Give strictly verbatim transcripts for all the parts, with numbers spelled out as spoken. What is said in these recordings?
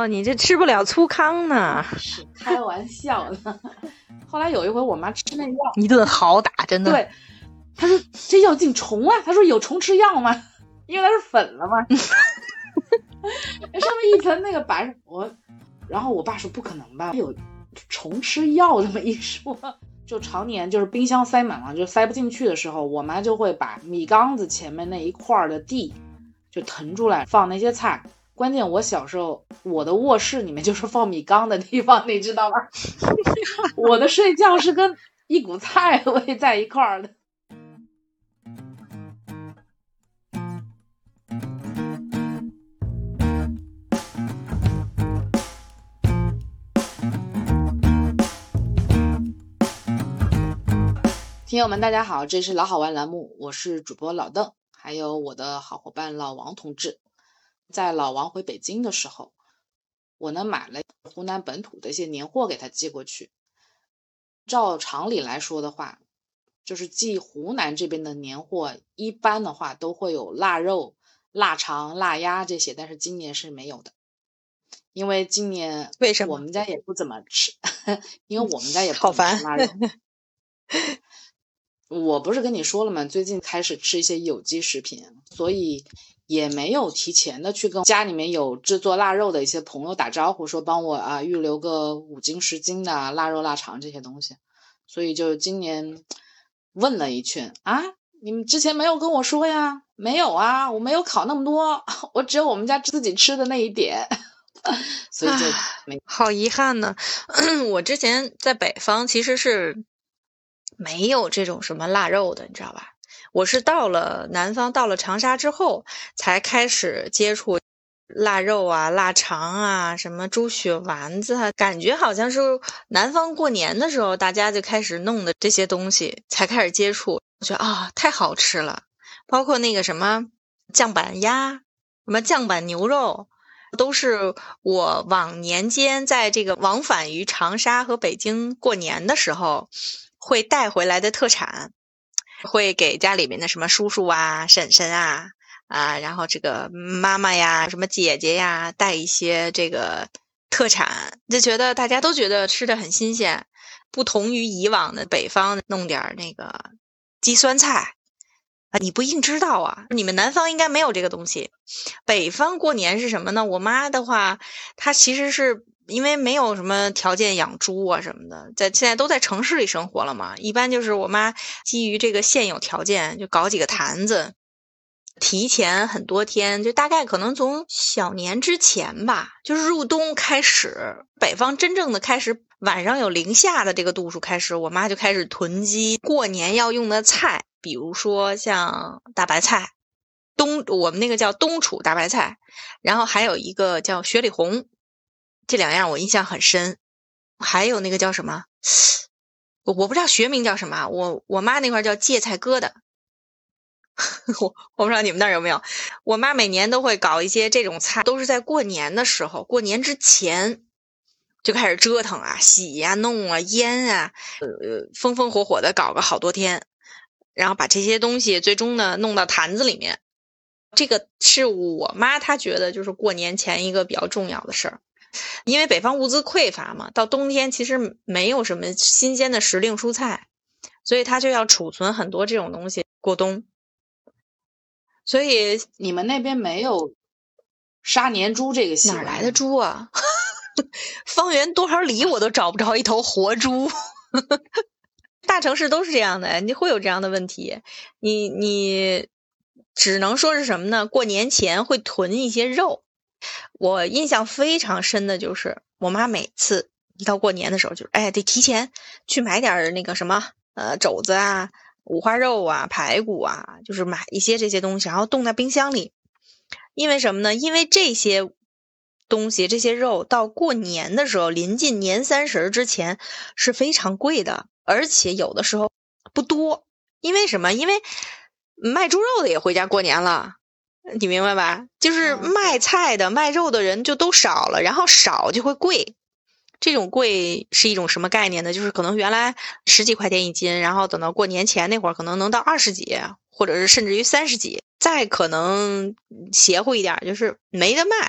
哦，你这吃不了粗糠呢。 是开玩笑呢。后来有一回我妈吃那药， 一顿好打，真的。 对，她说这药进虫啊，她说有虫吃药吗？因为它是粉了嘛。上面一层那个白，我，然后我爸说不可能吧，有虫吃药这么一说。就常年就是冰箱塞满了，就塞不进去的时候，我妈就会把米缸子前面那一块的地就腾出来放那些菜。关键我小时候我的卧室里面就是放米缸的地方，你知道吗？我的睡觉是跟一股菜味在一块的。听友们大家好，这是老好玩栏目，我是主播老邓，还有我的好伙伴老王同志。在老王回北京的时候，我呢买了湖南本土的一些年货给他寄过去。照常理来说的话，就是寄湖南这边的年货，一般的话都会有腊肉、腊肠、腊鸭这些，但是今年是没有的。因为今年为什么我们家也不怎么吃，因为我们家也不好烦怎么吃腊肉。我不是跟你说了吗？最近开始吃一些有机食品，所以也没有提前的去跟家里面有制作腊肉的一些朋友打招呼，说帮我啊预留个五斤十斤的腊肉腊肠这些东西。所以就今年问了一圈啊，你们之前没有跟我说呀？没有啊，我没有烤那么多，我只有我们家自己吃的那一点。所以就没、 啊、好遗憾呢。我之前在北方其实是没有这种什么腊肉的，你知道吧？我是到了南方，到了长沙之后，才开始接触腊肉啊、腊肠啊、什么猪血丸子啊，感觉好像是南方过年的时候大家就开始弄的这些东西，才开始接触，我觉得啊、哦、太好吃了。包括那个什么酱板鸭、什么酱板牛肉，都是我往年间在这个往返于长沙和北京过年的时候会带回来的特产，会给家里面的什么叔叔啊、婶婶啊啊，然后这个妈妈呀、什么姐姐呀带一些这个特产，就觉得大家都觉得吃的很新鲜，不同于以往的北方弄点那个鸡酸菜。啊，你不一定知道啊，你们南方应该没有这个东西。北方过年是什么呢？我妈的话，她其实是因为没有什么条件养猪啊什么的，在现在都在城市里生活了嘛，一般就是我妈基于这个现有条件，就搞几个坛子，提前很多天，就大概可能从小年之前吧，就是入冬开始，北方真正的开始晚上有零下的这个度数开始，我妈就开始囤积过年要用的菜，比如说像大白菜，冬我们那个叫冬储大白菜，然后还有一个叫雪里红，这两样我印象很深。还有那个叫什么，我我不知道学名叫什么，我我妈那块叫芥菜疙瘩。我我不知道你们那儿有没有，我妈每年都会搞一些这种菜，都是在过年的时候，过年之前就开始折腾啊，洗呀、啊、弄啊、腌啊，呃，风风火火的搞个好多天，然后把这些东西最终呢弄到坛子里面。这个是我妈她觉得就是过年前一个比较重要的事儿，因为北方物资匮乏嘛，到冬天其实没有什么新鲜的时令蔬菜，所以她就要储存很多这种东西过冬。所以你们那边没有杀年猪这个习惯？ 哪来的猪啊？方圆多少里我都找不着一头活猪。大城市都是这样的，你会有这样的问题。你你只能说是什么呢？过年前会囤一些肉。我印象非常深的就是我妈每次一到过年的时候就哎得提前去买点那个什么呃肘子啊、五花肉啊、排骨啊，就是买一些这些东西，然后冻在冰箱里。因为什么呢？因为这些东西这些肉到过年的时候临近年三十之前是非常贵的，而且有的时候不多。因为什么？因为卖猪肉的也回家过年了，你明白吧？就是卖菜的、卖肉的人就都少了，然后少就会贵。这种贵是一种什么概念呢？就是可能原来十几块钱一斤，然后等到过年前那会儿可能能到二十几，或者是甚至于三十几，再可能邪乎一点就是没得卖。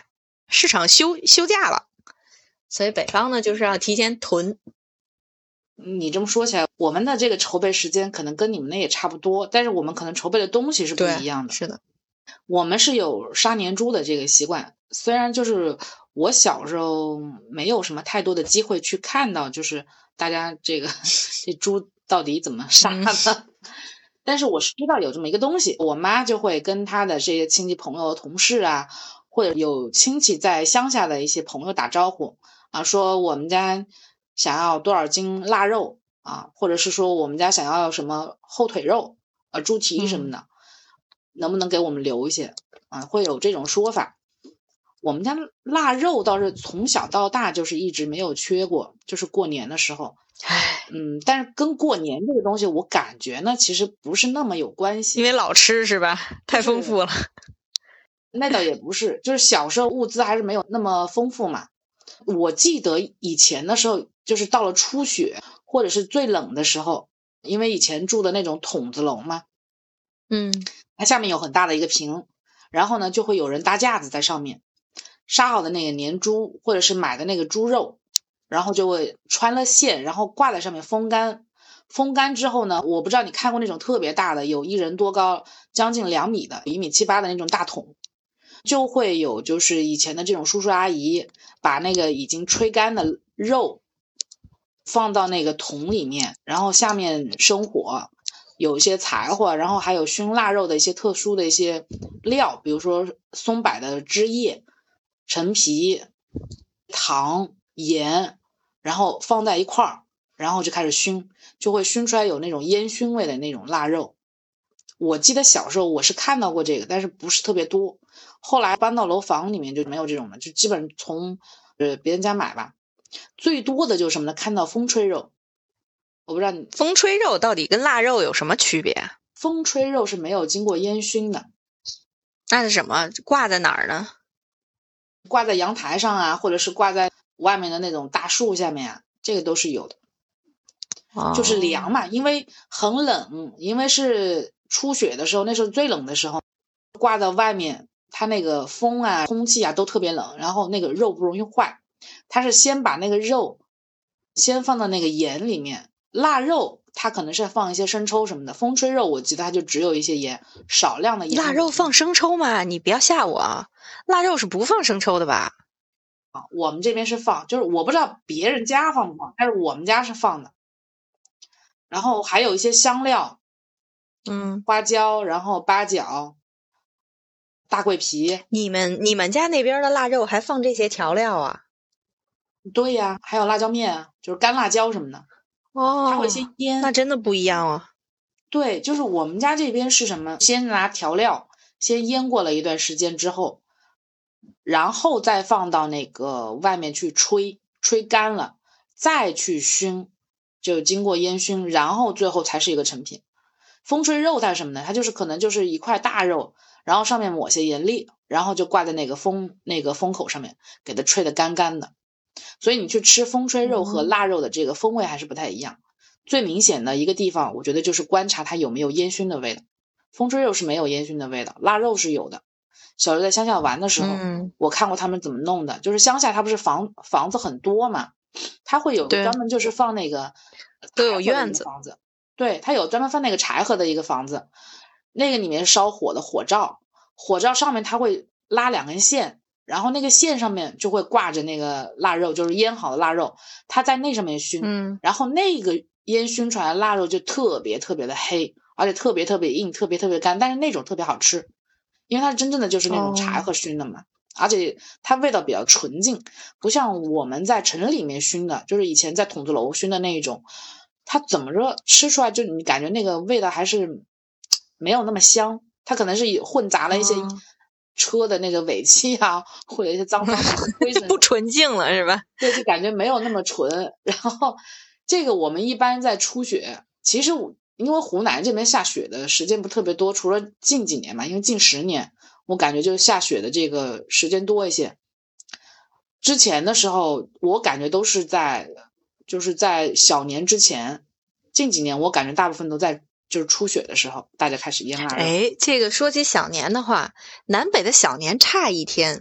市场休休假了，所以北方呢就是要提前囤。 你这么说起来，我们的这个筹备时间可能跟你们那也差不多，但是我们可能筹备的东西是不一样的。 是的， 我们是有杀年猪的这个习惯，虽然就是我小时候没有什么太多的机会去看到，就是大家这个这猪到底怎么杀的，嗯、但是我是知道有这么一个东西，我妈就会跟她的这些亲戚朋友、同事啊，或者有亲戚在乡下的一些朋友打招呼啊，说我们家想要多少斤腊肉啊，或者是说我们家想要什么后腿肉啊、猪蹄什么的。嗯，能不能给我们留一些啊？会有这种说法。我们家腊肉倒是从小到大就是一直没有缺过，就是过年的时候。嗯，但是跟过年这个东西，我感觉呢，其实不是那么有关系。 因为老吃是吧？太丰富了。 那倒也不是，就是小时候物资还是没有那么丰富嘛。我记得以前的时候，就是到了初雪或者是最冷的时候，因为以前住的那种筒子楼嘛， 嗯， 它下面有很大的一个屏，然后呢就会有人搭架子在上面，杀好的那个年猪或者是买的那个猪肉，然后就会穿了线，然后挂在上面风干。风干之后呢，我不知道你看过那种特别大的，有一人多高，将近两米的，一米七八的那种大桶，就会有就是以前的这种叔叔阿姨把那个已经吹干的肉放到那个桶里面，然后下面生火，有一些柴火，然后还有熏腊肉的一些特殊的一些料，比如说松柏的枝叶、陈皮、糖、盐，然后放在一块儿，然后就开始熏，就会熏出来有那种烟熏味的那种腊肉。我记得小时候我是看到过这个，但是不是特别多。后来搬到楼房里面就没有这种了，就基本从呃别人家买吧。最多的就是什么呢？看到风吹肉。我不知道你风吹肉到底跟腊肉有什么区别？ 风吹肉是没有经过烟熏的。 那是什么？挂在哪儿呢？ 挂在阳台上啊，或者是挂在外面的那种大树下面啊，这个都是有的。 哦、 就是凉嘛，因为很冷，因为是初雪的时候，那时候最冷的时候，挂到外面，它那个风啊、空气啊都特别冷，然后那个肉不容易坏。它是先把那个肉先放到那个盐里面，腊肉它可能是放一些生抽什么的，风吹肉我记得它就只有一些盐，少量的盐。 腊肉放生抽吗？你不要吓我啊！腊肉是不放生抽的吧？ 啊，我们这边是放，就是我不知道别人家放不放，但是我们家是放的。然后还有一些香料， 嗯， 花椒，然后八角、大桂皮。 你们你们家那边的腊肉还放这些调料啊？ 对呀，还有辣椒面啊，就是干辣椒什么的。 哦， 它会先腌。 那真的不一样哦。 对，就是我们家这边是什么？先拿调料先腌过了一段时间之后，然后再放到那个外面去吹，吹干了，再去熏，就经过烟熏，然后最后才是一个成品。风吹肉它是什么呢？它就是可能就是一块大肉，然后上面抹些盐粒，然后就挂在那个风那个风口上面，给它吹得干干的。所以你去吃风吹肉和腊肉的这个风味还是不太一样。最明显的一个地方，我觉得就是观察它有没有烟熏的味道。风吹肉是没有烟熏的味道，腊肉是有的。小时候在乡下玩的时候， 嗯， 我看过他们怎么弄的，就是乡下它不是房房子很多嘛，它会有专门就是放那个都有院子房子，对，它有专门放那个柴禾的一个房子，那个里面烧火的火灶，火灶上面它会拉两根线，然后那个线上面就会挂着那个腊肉，就是腌好的腊肉，它在那上面熏， 嗯， 然后那个烟熏出来的腊肉就特别特别的黑，而且特别特别硬，特别特别干，但是那种特别好吃，因为它真正的就是那种柴禾熏的嘛，哦，而且它味道比较纯净，不像我们在城里面熏的，就是以前在筒子楼熏的那一种，它怎么着吃出来就你感觉那个味道还是没有那么香，它可能是混杂了一些车的那个尾气啊，或者一些脏脏的灰尘， 不纯净了是吧？ 对，就感觉没有那么纯。然后这个我们一般在初雪，其实因为湖南这边下雪的时间不特别多，除了近几年嘛，因为近十年我感觉就下雪的这个时间多一些。之前的时候我感觉都是在就是在小年之前，近几年我感觉大部分都在就是初雪的时候大家开始腌腊肉。 哎，这个说起小年的话，南北的小年差一天，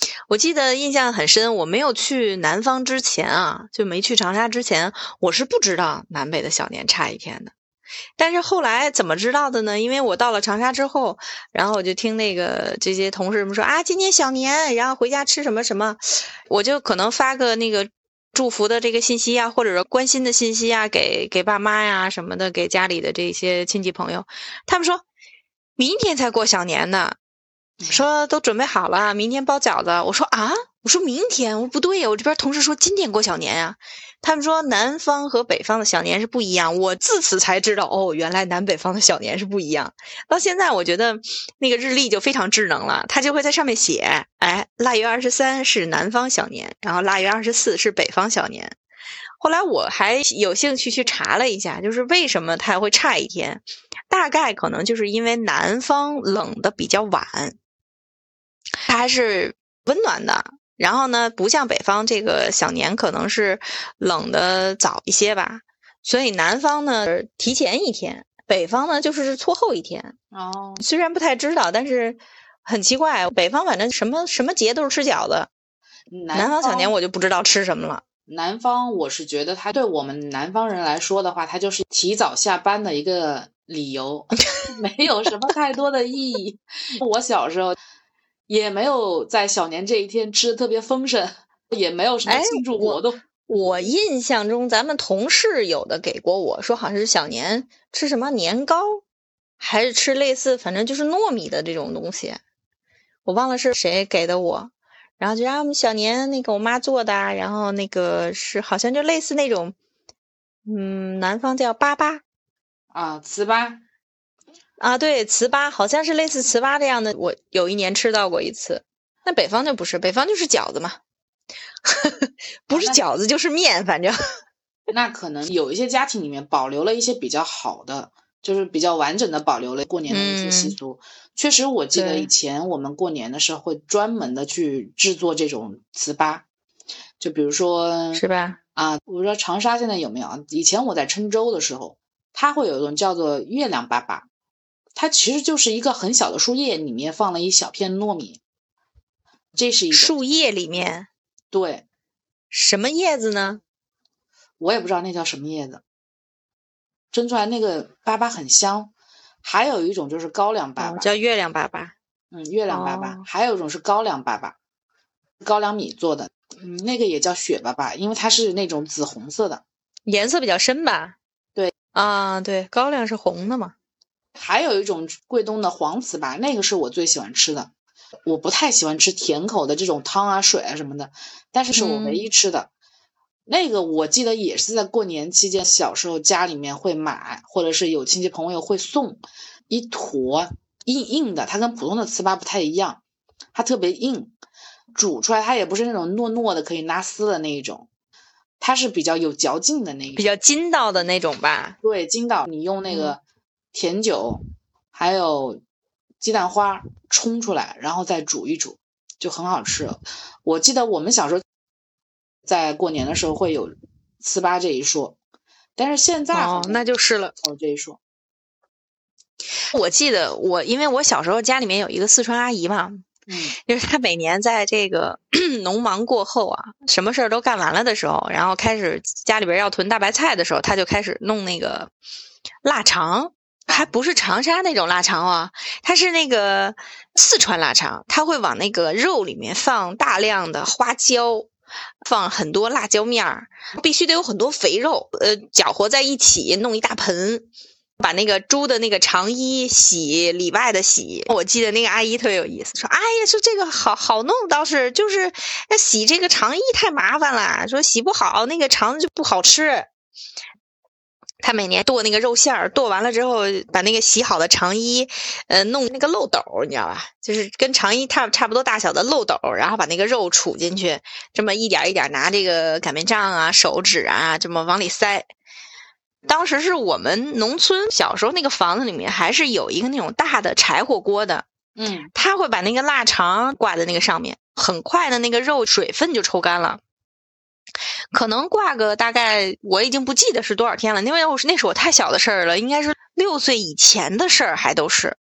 我记得印象很深，我没有去南方之前啊，就没去长沙之前，我是不知道南北的小年差一天的。但是后来怎么知道的呢？因为我到了长沙之后，然后我就听那个这些同事们说啊，今年小年，然后回家吃什么什么，我就可能发个那个祝福的这个信息啊，或者是关心的信息啊，给给爸妈呀什么的，给家里的这些亲戚朋友，他们说明天才过小年呢。说都准备好了，明天包饺子。我说啊，我说明天，我说不对呀，我这边同事说今天过小年呀。他们说南方和北方的小年是不一样，我自此才知道哦，原来南北方的小年是不一样。到现在我觉得那个日历就非常智能了，它就会在上面写，哎，腊月二十三是南方小年，然后腊月二十四是北方小年。后来我还有兴趣去查了一下，就是为什么它会差一天，大概可能就是因为南方冷的比较晚。它还是温暖的，然后呢，不像北方这个小年可能是冷的早一些吧，所以南方呢提前一天，北方呢就是错后一天。 哦， 虽然不太知道，但是很奇怪，北方反正什么什么节都是吃饺子， 南南方小年我就不知道吃什么了。 南方我是觉得它对我们南方人来说的话，它就是提早下班的一个理由，没有什么太多的意义。我小时候也没有在小年这一天吃的特别丰盛，也没有什么庆祝活动。 哎、我, 我印象中咱们同事有的给过我说，好像是小年吃什么年糕，还是吃类似反正就是糯米的这种东西，我忘了是谁给的我。然后就让我们小年那个我妈做的，然后那个是好像就类似那种，嗯，南方叫粑粑啊，糍粑啊，对，糍粑好像是类似糍粑这样的，我有一年吃到过一次。那北方就不是，北方就是饺子嘛，不是饺子就是面，反正。 那可能有一些家庭里面保留了一些比较好的，就是比较完整的保留了过年的一些习俗。嗯、确实，我记得以前我们过年的时候会专门的去制作这种糍粑，就比如说， 是吧？ 啊，我不知道长沙现在有没有。以前我在郴州的时候，它会有一种叫做月亮粑粑，它其实就是一个很小的树叶，里面放了一小片糯米。这是一个树叶里面， 对， 什么叶子呢？ 我也不知道那叫什么叶子，蒸出来那个粑粑很香。还有一种就是高粱粑粑、 哦、叫月亮粑粑。 嗯，月亮粑粑、哦、还有一种是高粱粑粑，高粱米做的，嗯，那个也叫雪粑粑，因为它是那种紫红色的， 颜色比较深吧。 对啊，对，高粱是红的嘛。 还有一种桂东的黄糍粑，那个是我最喜欢吃的。我不太喜欢吃甜口的这种汤啊水啊什么的，但是是我唯一吃的、嗯、那个我记得也是在过年期间，小时候家里面会买，或者是有亲戚朋友会送一坨硬硬的，它跟普通的糍粑不太一样，它特别硬，煮出来它也不是那种糯糯的可以拉丝的那一种，它是比较有嚼劲的那一种， 比较筋道的那种吧。 对，筋道，你用那个甜酒、嗯、还有鸡蛋花冲出来，然后再煮一煮，就很好吃。我记得我们小时候在过年的时候会有糍粑这一说，但是现在哦，那就是了。 哦，这一说， 我记得我因为我小时候家里面有一个四川阿姨嘛， 嗯， 就是她每年在这个农忙过后啊，什么事儿都干完了的时候，然后开始家里边要囤大白菜的时候，她就开始弄那个腊肠。还不是长沙那种腊肠啊，它是那个四川腊肠，它会往那个肉里面放大量的花椒，放很多辣椒面儿，必须得有很多肥肉，呃，搅和在一起，弄一大盆，把那个猪的那个肠衣洗里外的洗。我记得那个阿姨特别有意思，说：“哎呀，说这个好好弄，倒是就是那洗这个肠衣太麻烦了，说洗不好那个肠子就不好吃。”他每年剁那个肉馅儿，剁完了之后，把那个洗好的肠衣，呃，弄那个漏斗，你知道吧？就是跟肠衣差差不多大小的漏斗，然后把那个肉杵进去，这么一点一点拿这个擀面杖啊、手指啊，这么往里塞。当时是我们农村小时候那个房子里面还是有一个那种大的柴火锅的， 嗯， 他会把那个腊肠挂在那个上面，很快的那个肉水分就抽干了。可能挂个大概我已经不记得是多少天了，因为我是那是我太小的事儿了，应该是六岁以前的事儿，还都是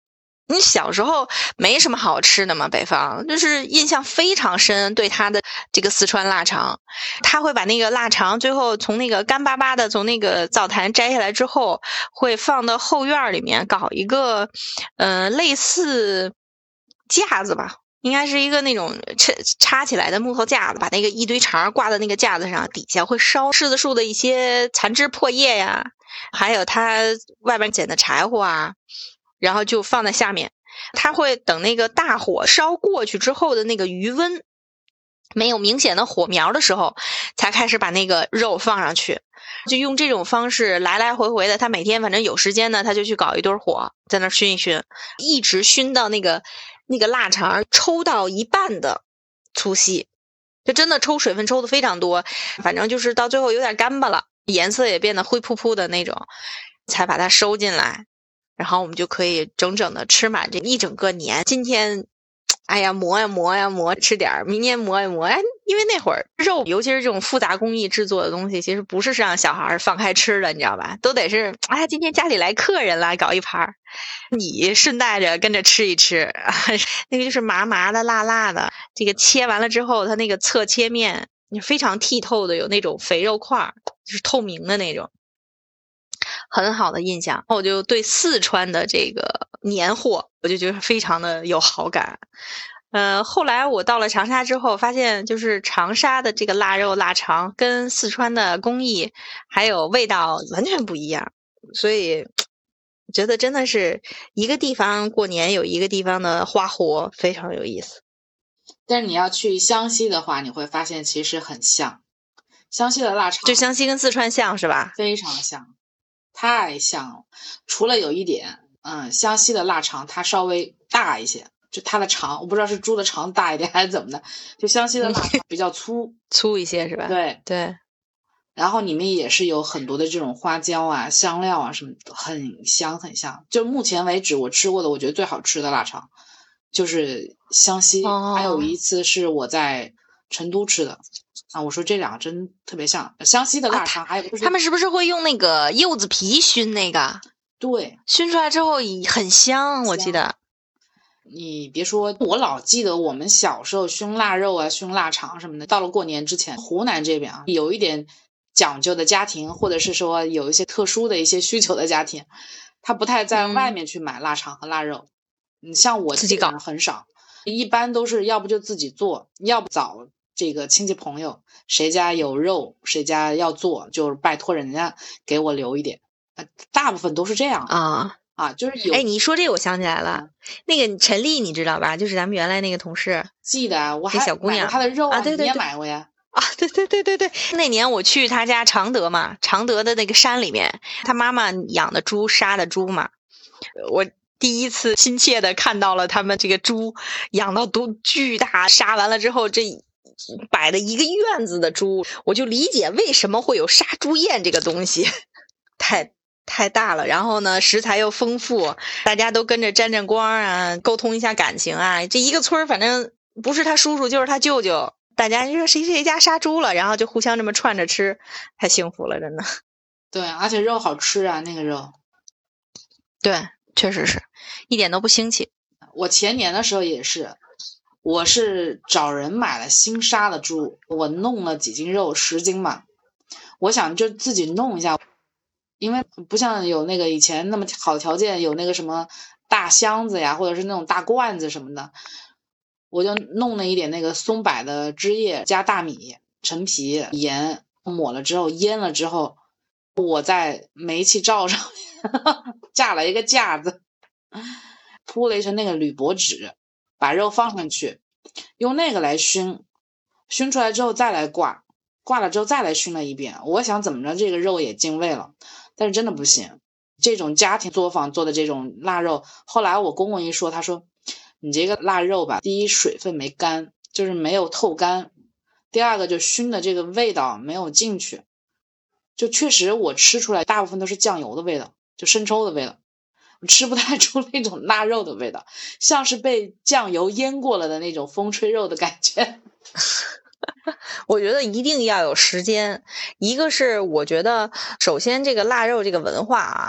你小时候没什么好吃的嘛，北方就是印象非常深，对他的这个四川腊肠，他会把那个腊肠最后从那个干巴巴的从那个灶坛摘下来之后，会放到后院里面搞一个，呃，类似架子吧。应该是一个那种插插起来的木头架子，把那个一堆肠挂在那个架子上，底下会烧柿子树的一些残枝破叶呀，还有它外边捡的柴火啊，然后就放在下面。它会等那个大火烧过去之后的那个余温没有明显的火苗的时候，才开始把那个肉放上去。就用这种方式来来回回的，他每天反正有时间呢，他就去搞一堆火，在那熏一熏，一直熏到那个那个腊肠抽到一半的粗细，就真的抽水分抽的非常多，反正就是到最后有点干巴了，颜色也变得灰扑扑的那种，才把它收进来，然后我们就可以整整的吃满这一整个年。今天哎呀磨呀磨呀磨，吃点明年磨呀磨呀，因为那会儿肉尤其是这种复杂工艺制作的东西，其实不是让小孩放开吃的，你知道吧，都得是哎今天家里来客人了，搞一盘，你顺带着跟着吃一吃那个就是麻麻的辣辣的，这个切完了之后它那个侧切面非常剔透的，有那种肥肉块，就是透明的那种，很好的印象。我就对四川的这个年货我就觉得非常的有好感。呃，后来我到了长沙之后，发现就是长沙的这个腊肉腊肠跟四川的工艺还有味道完全不一样，所以觉得真的是一个地方过年有一个地方的花活，非常有意思。 但是你要去湘西的话，你会发现其实很像，湘西的腊肠就湘西跟四川像是吧？ 非常像，太像了。除了有一点，嗯，湘西的腊肠它稍微大一些，就它的肠，我不知道是猪的肠大一点还是怎么的，就湘西的腊肠比较粗粗一些是吧？ 对对。 然后里面也是有很多的这种花椒啊、香料啊什么的，很香很香。就目前为止我吃过的，我觉得最好吃的腊肠就是湘西。 哦， 还有一次是我在成都吃的啊，我说这两个真特别像。湘西的腊肠，还有就是、 啊、他们是不是会用那个柚子皮熏那个？ 对， 熏出来之后很香，我记得。 你别说，我老记得我们小时候熏腊肉啊、熏腊肠什么的，到了过年之前，湖南这边啊有一点讲究的家庭，或者是说有一些特殊的一些需求的家庭，他不太在外面去买腊肠和腊肉。嗯，像我自己搞很少，一般都是要不就自己做，要不找这个亲戚朋友，谁家有肉，谁家要做，就是拜托人家给我留一点。大部分都是这样啊。 啊，就是有。 哎，你一说这个我想起来了，嗯、那个陈丽你知道吧？就是咱们原来那个同事， 记得啊，我还那小姑娘， 她的肉啊，对对对， 你也买过呀。 啊，对对对对对，那年我去他家常德嘛，常德的那个山里面，他妈妈养的猪，杀的猪嘛，我第一次亲切的看到了他们这个猪养到都巨大，杀完了之后这摆了一个院子的猪，我就理解为什么会有杀猪宴这个东西，太太大了，然后呢食材又丰富，大家都跟着沾沾光啊，沟通一下感情啊，这一个村反正不是他叔叔就是他舅舅，大家就说谁谁家杀猪了，然后就互相这么串着吃，太幸福了，真的。 对，而且肉好吃啊，那个肉。 对，确实是一点都不腥气。 我前年的时候也是，我是找人买了新杀的猪，我弄了几斤肉，十斤嘛，我想就自己弄一下，因为不像有那个以前那么好的条件，有那个什么大箱子呀，或者是那种大罐子什么的，我就弄了一点那个松柏的枝叶，加大米、陈皮、盐，抹了之后腌了之后，我在煤气灶上架了一个架子，铺了一层那个铝箔纸，把肉放上去，用那个来熏，熏出来之后再来挂，挂了之后再来熏了一遍。我想怎么着这个肉也进味了，但是真的不行。这种家庭作坊做的这种腊肉，后来我公公一说，他说你这个腊肉吧，第一水分没干，就是没有透干，第二个就熏的这个味道没有进去，就确实我吃出来大部分都是酱油的味道，就生抽的味道，我吃不太出那种腊肉的味道，像是被酱油腌过了的那种风吹肉的感觉。 我觉得一定要有时间，一个是我觉得首先这个腊肉这个文化啊，它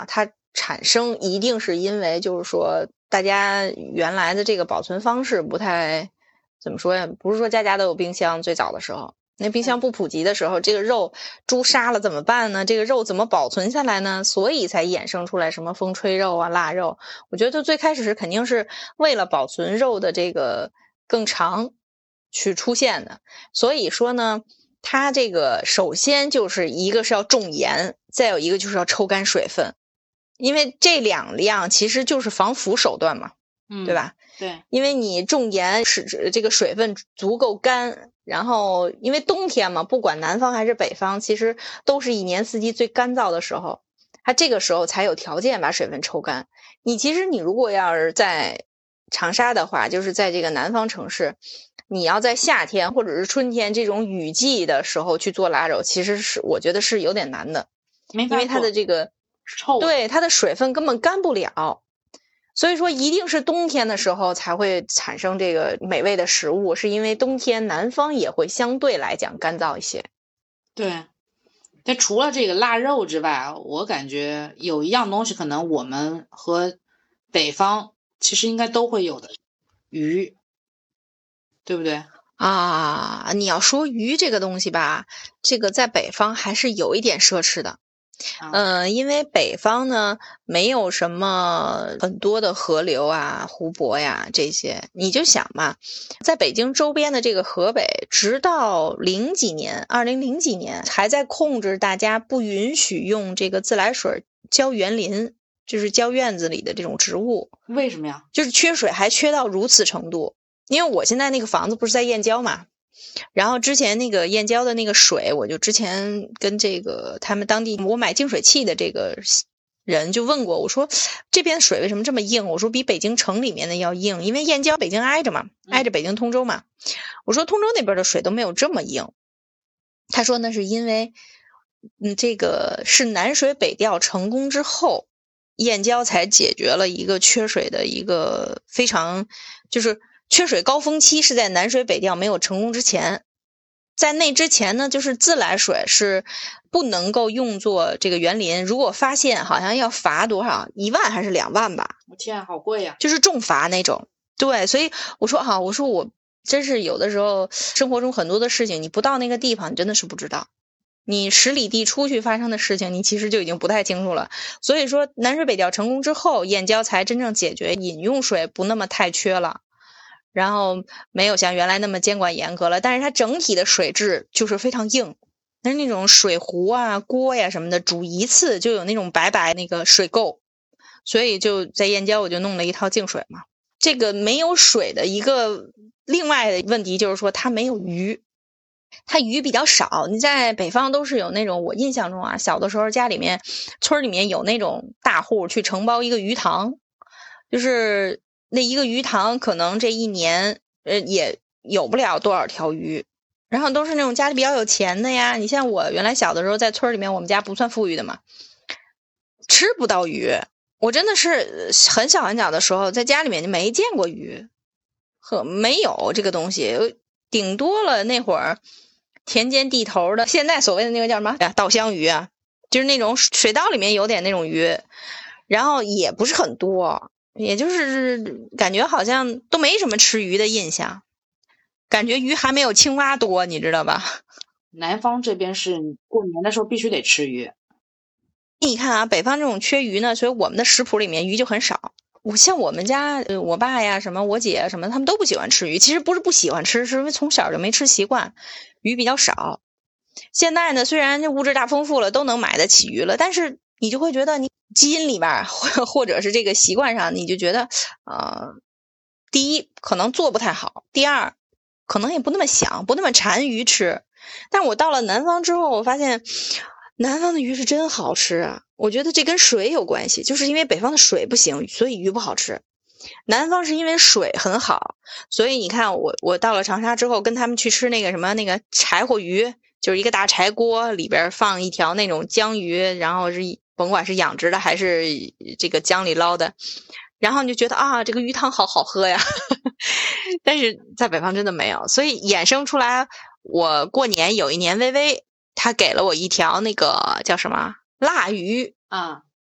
产生，一定是因为就是说大家原来的这个保存方式不太怎么说呀？不是说家家都有冰箱，最早的时候。那冰箱不普及的时候，这个肉猪杀了怎么办呢？这个肉怎么保存下来呢？所以才衍生出来什么风吹肉啊、腊肉。我觉得最开始是肯定是为了保存肉的这个更长去出现的。所以说呢，它这个首先就是一个是要重盐，再有一个就是要抽干水分，因为这两样其实就是防腐手段嘛， 嗯， 对吧？ 对， 因为你重盐使这个水分足够干，然后因为冬天嘛，不管南方还是北方，其实都是一年四季最干燥的时候，它这个时候才有条件把水分抽干。你其实你如果要是在长沙的话，就是在这个南方城市，你要在夏天或者是春天这种雨季的时候去做腊肉，其实是我觉得是有点难的， 没法因为它的这个臭， 对它的水分根本干不了。所以说一定是冬天的时候才会产生这个美味的食物，是因为冬天南方也会相对来讲干燥一些。 对，但除了这个腊肉之外，我感觉有一样东西可能我们和北方其实应该都会有的，鱼，对不对？ 啊，你要说鱼这个东西吧，这个在北方还是有一点奢侈的。嗯、呃，因为北方呢没有什么很多的河流啊、湖泊呀这些，你就想嘛，在北京周边的这个河北，直到零几年，二零零几年还在控制大家不允许用这个自来水浇园林，就是浇院子里的这种植物。 为什么呀？ 就是缺水还缺到如此程度。因为我现在那个房子不是在燕郊嘛，然后之前那个燕郊的那个水，我就之前跟这个他们当地我买净水器的这个人就问过，我说这边水为什么这么硬？我说比北京城里面的要硬，因为燕郊北京挨着嘛，挨着北京通州嘛。我说通州那边的水都没有这么硬。他说那是因为嗯，这个是南水北调成功之后，燕郊才解决了一个缺水的一个非常就是缺水高峰期是在南水北调没有成功之前。在那之前呢，就是自来水是不能够用作这个园林，如果发现好像要罚多少，一万还是两万吧？ 我天，好贵呀！ 就是重罚那种。对，所以我说哈、啊，我说我真是有的时候生活中很多的事情，你不到那个地方，你真的是不知道。你十里地出去发生的事情，你其实就已经不太清楚了。所以说，南水北调成功之后，燕郊才真正解决饮用水不那么太缺了。然后没有像原来那么监管严格了，但是它整体的水质就是非常硬，但是那种水壶啊、锅呀什么的，煮一次就有那种白白那个水垢，所以就在燕郊我就弄了一套净水嘛。这个没有水的一个另外的问题就是说它没有鱼，它鱼比较少。你在北方都是有那种，我印象中啊，小的时候家里面村里面有那种大户去承包一个鱼塘，就是那一个鱼塘可能这一年呃也有不了多少条鱼，然后都是那种家里比较有钱的呀。你像我原来小的时候在村里面，我们家不算富裕的嘛，吃不到鱼。我真的是很小很小的时候在家里面就没见过鱼，和没有这个东西，顶多了那会儿田间地头的现在所谓的那个叫什么稻香鱼啊，就是那种水稻里面有点那种鱼，然后也不是很多，也就是感觉好像都没什么吃鱼的印象，感觉鱼还没有青蛙多，你知道吧？ 南方这边是过年的时候必须得吃鱼。 你看啊，北方这种缺鱼呢，所以我们的食谱里面鱼就很少。我像我们家，呃，我爸呀，什么我姐什么，他们都不喜欢吃鱼。其实不是不喜欢吃，是因为从小就没吃习惯，鱼比较少。现在呢，虽然这物质大丰富了，都能买得起鱼了，但是你就会觉得你基因里边或或者是这个习惯上，你就觉得，呃，第一可能做不太好，第二可能也不那么想，不那么馋鱼吃。但我到了南方之后，我发现南方的鱼是真好吃啊！我觉得这跟水有关系，就是因为北方的水不行，所以鱼不好吃。南方是因为水很好，所以你看我我到了长沙之后，跟他们去吃那个什么那个柴火鱼，就是一个大柴锅里边放一条那种江鱼，然后是甭管是养殖的还是这个江里捞的，然后你就觉得啊，这个鱼汤好好喝呀。但是在北方真的没有，所以衍生出来，我过年有一年微微他给了我一条那个叫什么腊鱼啊，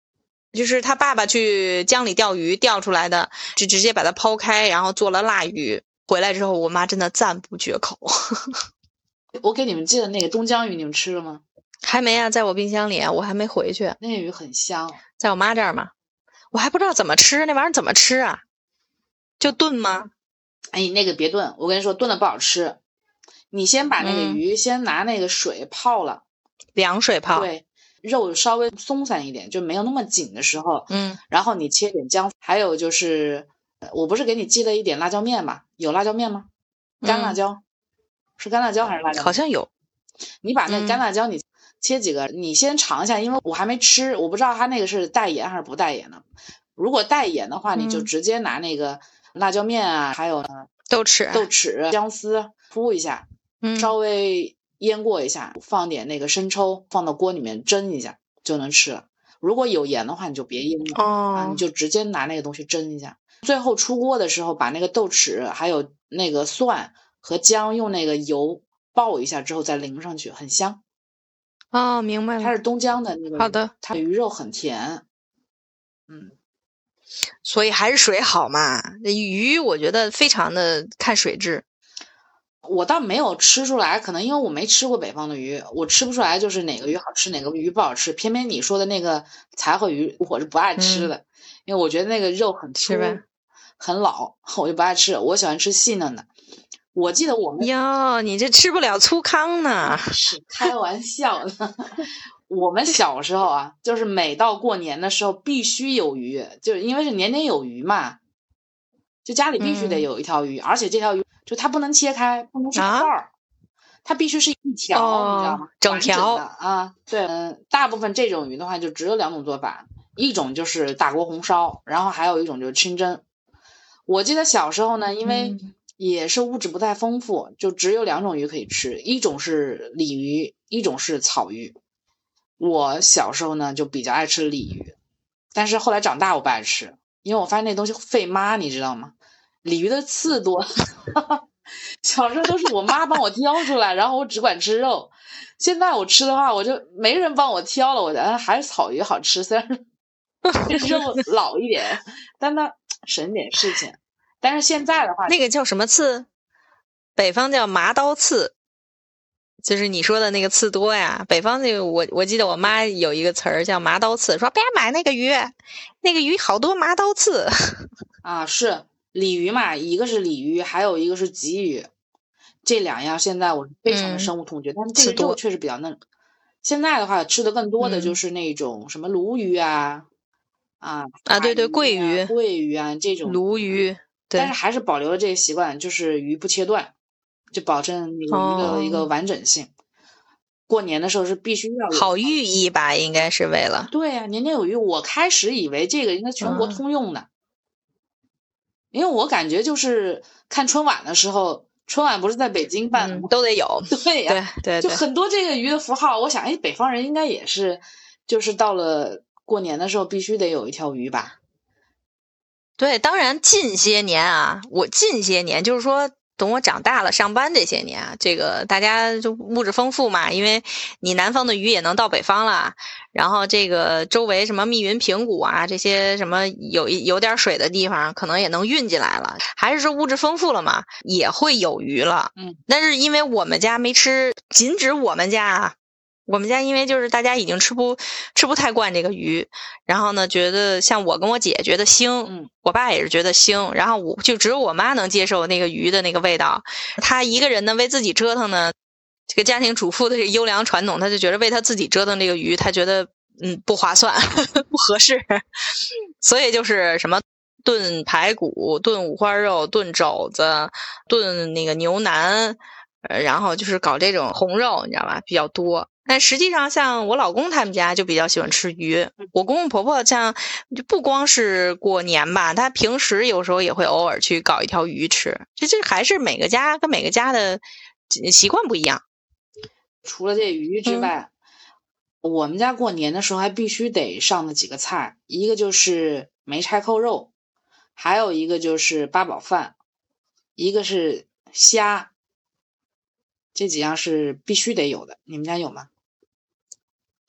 就是他爸爸去江里钓鱼钓出来的，就直接把它抛开，然后做了腊鱼。回来之后，我妈真的赞不绝口。 我给你们寄的那个东江鱼，你们吃了吗？ 还没啊，在我冰箱里啊，我还没回去。 那个鱼很香， 在我妈这儿嘛，我还不知道怎么吃，那玩意儿怎么吃啊？就炖吗？ 哎，那个别炖，我跟你说炖的不好吃。你先把那个鱼、嗯、先拿那个水泡了， 凉水泡。 对，肉稍微松散一点，就没有那么紧的时候， 嗯， 然后你切点姜，还有就是我不是给你寄了一点辣椒面吗？有辣椒面吗？干辣椒、嗯、是干辣椒还是辣椒面？ 好像有。 你把那个干辣椒你切几个、嗯、你先尝一下，因为我还没吃，我不知道它那个是带盐还是不带盐的。如果带盐的话、嗯、你就直接拿那个辣椒面啊，还有呢豆豉豆豉姜丝铺一下、嗯、稍微腌过一下，放点那个生抽放到锅里面蒸一下就能吃了。如果有盐的话你就别腌了、 哦、 啊，你就直接拿那个东西蒸一下。最后出锅的时候把那个豆豉还有那个蒜和姜用那个油爆一下之后再淋上去，很香。 哦，明白了。 它是东江的那个， 好的， 它鱼肉很甜。嗯， 所以还是水好嘛。鱼我觉得非常的看水质。 我倒没有吃出来，可能因为我没吃过北方的鱼，我吃不出来就是哪个鱼好吃哪个鱼不好吃。偏偏你说的那个柴火鱼我是不爱吃的、嗯、因为我觉得那个肉很粗很老，我就不爱吃，我喜欢吃细嫩的。我记得我们哟，你这吃不了粗糠呢。 是开玩笑的。我们小时候啊，就是每到过年的时候必须有鱼，就是因为是年年有余嘛，就家里必须得有一条鱼、嗯、而且这条鱼就它不能切开，不能是块儿、啊、它必须是一条、哦、你知道吗？ 整条的啊。对，嗯，大部分这种鱼的话就只有两种做法，一种就是大锅红烧，然后还有一种就是清蒸。我记得小时候呢，因为也是物质不太丰富，就只有两种鱼可以吃，一种是鲤鱼，一种是草鱼。我小时候呢就比较爱吃鲤鱼，但是后来长大我不爱吃，因为我发现那东西费妈，你知道吗？鲤鱼的刺多。小时候都是我妈帮我挑出来，然后我只管吃肉。现在我吃的话我就没人帮我挑了，我觉得还是草鱼好吃，虽然肉老一点但它省点事情。但是现在的话， 那个叫什么刺？北方叫麻刀刺，就是你说的那个刺多呀。北方那个我我记得我妈有一个词儿叫麻刀刺，说别买那个鱼，那个鱼好多麻刀刺。 啊，是鲤鱼嘛，一个是鲤鱼，还有一个是鲫鱼，这两样现在我非常的深恶痛绝、嗯、但是这个肉确实比较嫩。现在的话吃的更多的就是那种什么鲈鱼啊、嗯、啊啊对对桂鱼桂鱼啊这种鲈鱼，对， 但是还是保留了这个习惯，就是鱼不切断，就保证那个鱼的一个完整性、哦、过年的时候是必须要有好寓意吧，应该是为了对呀、啊，年年有余。我开始以为这个应该全国通用的、嗯、因为我感觉就是看春晚的时候，春晚不是在北京办的吗、 嗯、都得有。 对呀、啊， 对对对， 就很多这个鱼的符号，我想哎，北方人应该也是，就是到了过年的时候必须得有一条鱼吧。 对，当然近些年啊，我近些年就是说等我长大了上班这些年啊，这个大家就物质丰富嘛，因为你南方的鱼也能到北方了，然后这个周围什么密云平谷啊，这些什么有有点水的地方可能也能运进来了，还是说物质丰富了嘛，也会有鱼了。 嗯， 但是因为我们家没吃，仅指我们家啊，我们家因为就是大家已经吃不吃不太惯这个鱼，然后呢觉得像我跟我姐觉得腥、 嗯、 我爸也是觉得腥，然后我就只有我妈能接受那个鱼的那个味道。她一个人呢为自己折腾呢，这个家庭主妇的这个优良传统，她就觉得为她自己折腾这个鱼，她觉得嗯不划算不合适，所以就是什么炖排骨、炖五花肉、炖肘子、炖那个牛腩，呃，然后就是搞这种红肉，你知道吧，比较多。但实际上像我老公他们家就比较喜欢吃鱼，我公公婆婆像就不光是过年吧，他平时有时候也会偶尔去搞一条鱼吃，这这还是每个家跟每个家的习惯不一样。 除了这鱼之外、嗯、我们家过年的时候还必须得上的几个菜，一个就是梅柴扣肉，还有一个就是八宝饭，一个是虾，这几样是必须得有的。你们家有吗？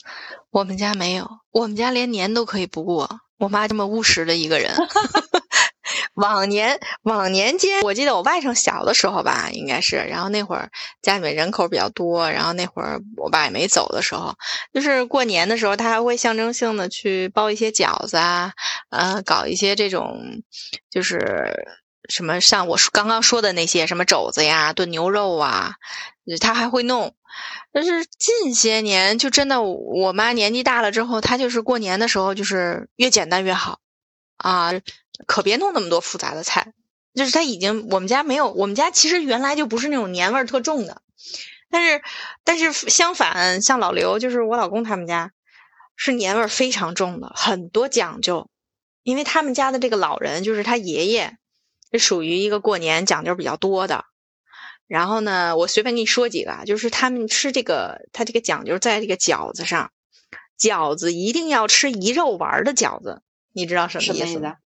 我们家没有，我们家连年都可以不过。我妈这么务实的一个人。往年往年间，我记得我外甥小的时候吧，应该是，然后那会儿家里面人口比较多，然后那会儿我爸也没走的时候，就是过年的时候，他还会象征性的去包一些饺子啊，呃，搞一些这种，就是什么像我刚刚说的那些什么肘子呀、炖牛肉啊，他还会弄。但是近些年，就真的我妈年纪大了之后，她就是过年的时候，就是越简单越好啊。可别弄那么多复杂的菜，就是他已经我们家没有，我们家其实原来就不是那种年味儿特重的，但是但是相反，像老刘就是我老公他们家是年味儿非常重的，很多讲究，因为他们家的这个老人就是他爷爷，是属于一个过年讲究比较多的。然后呢，我随便给你说几个啊，就是他们吃这个，他这个讲究在这个饺子上，饺子一定要吃一肉丸的饺子，你知道什么意思吗？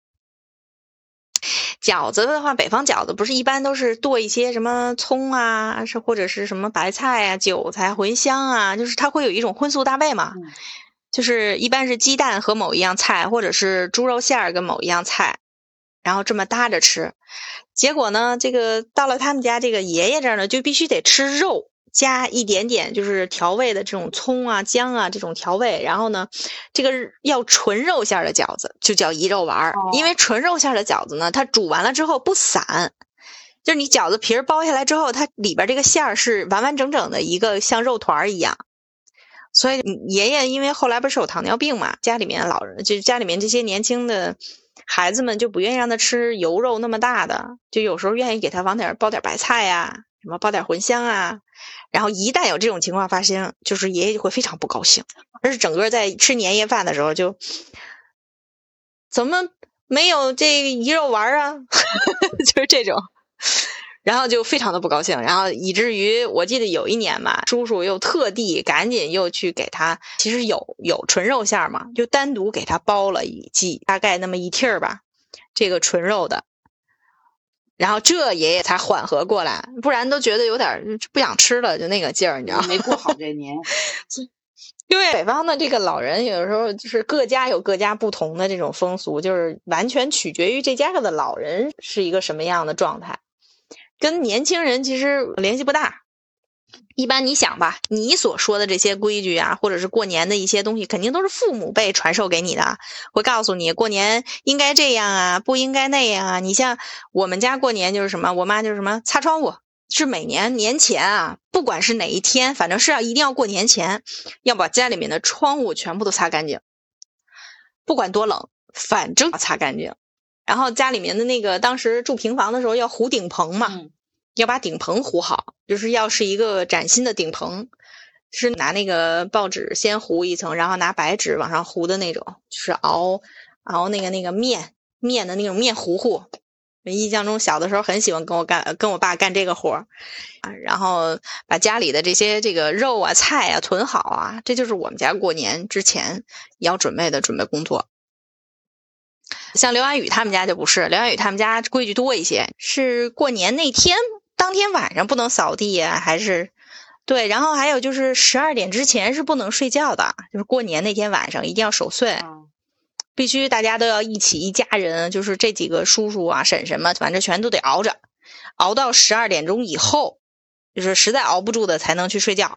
饺子的话，北方饺子不是一般都是剁一些什么葱啊，是或者是什么白菜啊、韭菜、茴香啊，就是它会有一种荤素搭配嘛， 嗯、 就是一般是鸡蛋和某一样菜，或者是猪肉馅儿跟某一样菜，然后这么搭着吃。结果呢，这个到了他们家这个爷爷这儿呢，就必须得吃肉。加一点点就是调味的这种葱啊、姜啊这种调味，然后呢，这个要纯肉馅的饺子就叫一肉丸、哦、因为纯肉馅的饺子呢，它煮完了之后不散，就是你饺子皮儿剥下来之后，它里边这个馅儿是完完整整的一个像肉团一样。所以爷爷因为后来不是有糖尿病嘛，家里面老人就家里面这些年轻的孩子们就不愿意让他吃油肉那么大的，就有时候愿意给他往点包点白菜呀、啊，什么包点茴香啊。然后一旦有这种情况发生，就是爷爷就会非常不高兴，而是整个在吃年夜饭的时候就怎么没有这一肉丸啊就是这种，然后就非常的不高兴，然后以至于我记得有一年嘛，叔叔又特地赶紧又去给他，其实有有纯肉馅嘛，就单独给他包了一剂，大概那么一屉儿吧，这个纯肉的。然后这爷爷才缓和过来，不然都觉得有点不想吃了，就那个劲儿，你知道吗？ 没过好这年。 因为北方的这个老人有时候就是各家有各家不同的这种风俗，就是完全取决于这家的老人是一个什么样的状态，跟年轻人其实联系不大。一般你想吧，你所说的这些规矩啊，或者是过年的一些东西，肯定都是父母辈传授给你的，会告诉你过年应该这样啊，不应该那样啊。你像我们家过年就是什么，我妈就是什么擦窗户，是每年年前啊，不管是哪一天，反正是要一定要过年前，要把家里面的窗户全部都擦干净，不管多冷，反正要擦干净。然后家里面的那个当时住平房的时候要糊顶棚嘛。嗯，要把顶棚糊好，就是要是一个崭新的顶棚，是拿那个报纸先糊一层，然后拿白纸往上糊的那种，就是熬熬那个那个面面的那种面糊糊。印象中小的时候很喜欢跟我干跟我爸干这个活，然后把家里的这些这个肉啊菜啊囤好啊，这就是我们家过年之前要准备的准备工作。像刘安宇他们家就不是，刘安宇他们家规矩多一些，是过年那天当天晚上不能扫地啊，还是对，然后还有就是十二点之前是不能睡觉的，就是过年那天晚上一定要守岁，嗯、必须大家都要一起一家人，就是这几个叔叔啊婶婶们，反正全都得熬着，熬到十二点钟以后，就是实在熬不住的才能去睡觉，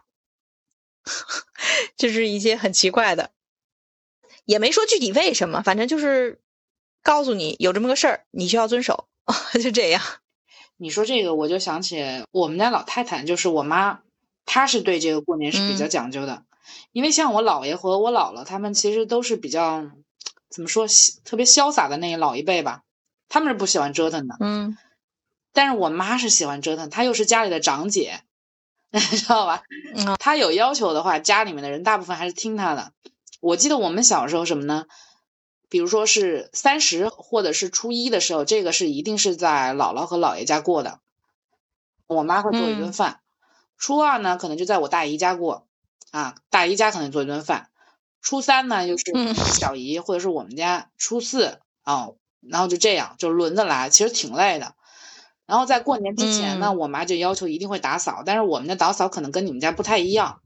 就是一些很奇怪的，也没说具体为什么，反正就是告诉你有这么个事儿，你需要遵守，就这样。 你说这个我就想起我们家老太太，就是我妈，她是对这个过年是比较讲究的，嗯、因为像我姥爷和我姥姥他们其实都是比较怎么说特别潇洒的那老一辈吧，他们是不喜欢折腾的， 嗯， 但是我妈是喜欢折腾，她又是家里的长姐，知道吧？ 嗯， 她有要求的话，家里面的人大部分还是听她的。我记得我们小时候什么呢？比如说是三十或者是初一的时候，这个是一定是在姥姥和姥爷家过的，我妈会做一顿饭。嗯、初二呢，可能就在我大姨家过，啊，大姨家可能做一顿饭。初三呢，就是小姨或者是我们家。初四啊，然后就这样就轮着来，其实挺累的。然后在过年之前呢，嗯、我妈就要求一定会打扫，但是我们的打扫可能跟你们家不太一样。